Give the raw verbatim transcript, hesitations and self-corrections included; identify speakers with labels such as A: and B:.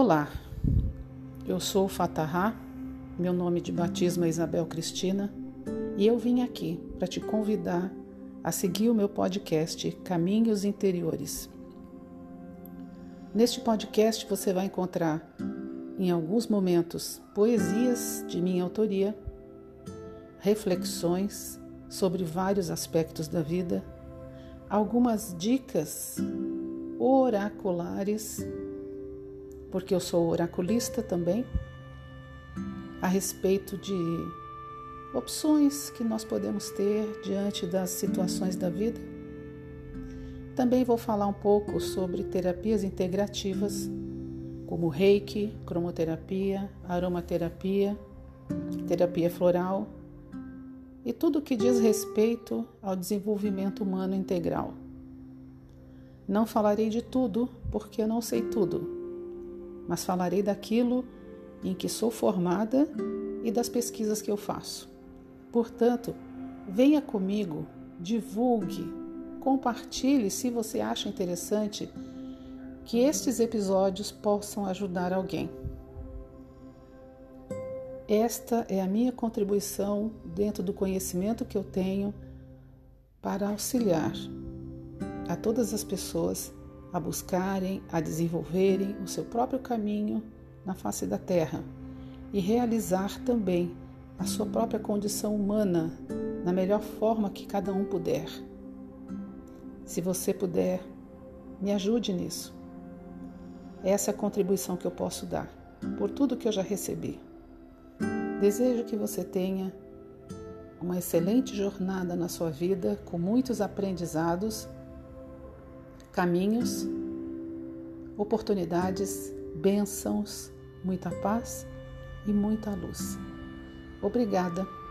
A: Olá, eu sou Fatahá, meu nome de batismo é Isabel Cristina e eu vim aqui para te convidar a seguir o meu podcast Caminhos Interiores. Neste podcast você vai encontrar, em alguns momentos, poesias de minha autoria, reflexões sobre vários aspectos da vida, algumas dicas oraculares, porque eu sou oraculista também, a respeito de opções que nós podemos ter diante das situações da vida. Também vou falar um pouco sobre terapias integrativas, como Reiki, cromoterapia, aromaterapia, terapia floral e tudo que diz respeito ao desenvolvimento humano integral. Não falarei de tudo, porque eu não sei tudo, mas falarei daquilo em que sou formada e das pesquisas que eu faço. Portanto, venha comigo, divulgue, compartilhe se você acha interessante que estes episódios possam ajudar alguém. Esta é a minha contribuição dentro do conhecimento que eu tenho para auxiliar a todas as pessoas a buscarem, a desenvolverem o seu próprio caminho na face da Terra e realizar também a sua própria condição humana na melhor forma que cada um puder. Se você puder, me ajude nisso. Essa é a contribuição que eu posso dar, por tudo que eu já recebi. Desejo que você tenha uma excelente jornada na sua vida, com muitos aprendizados, caminhos, oportunidades, bênçãos, muita paz e muita luz. Obrigada.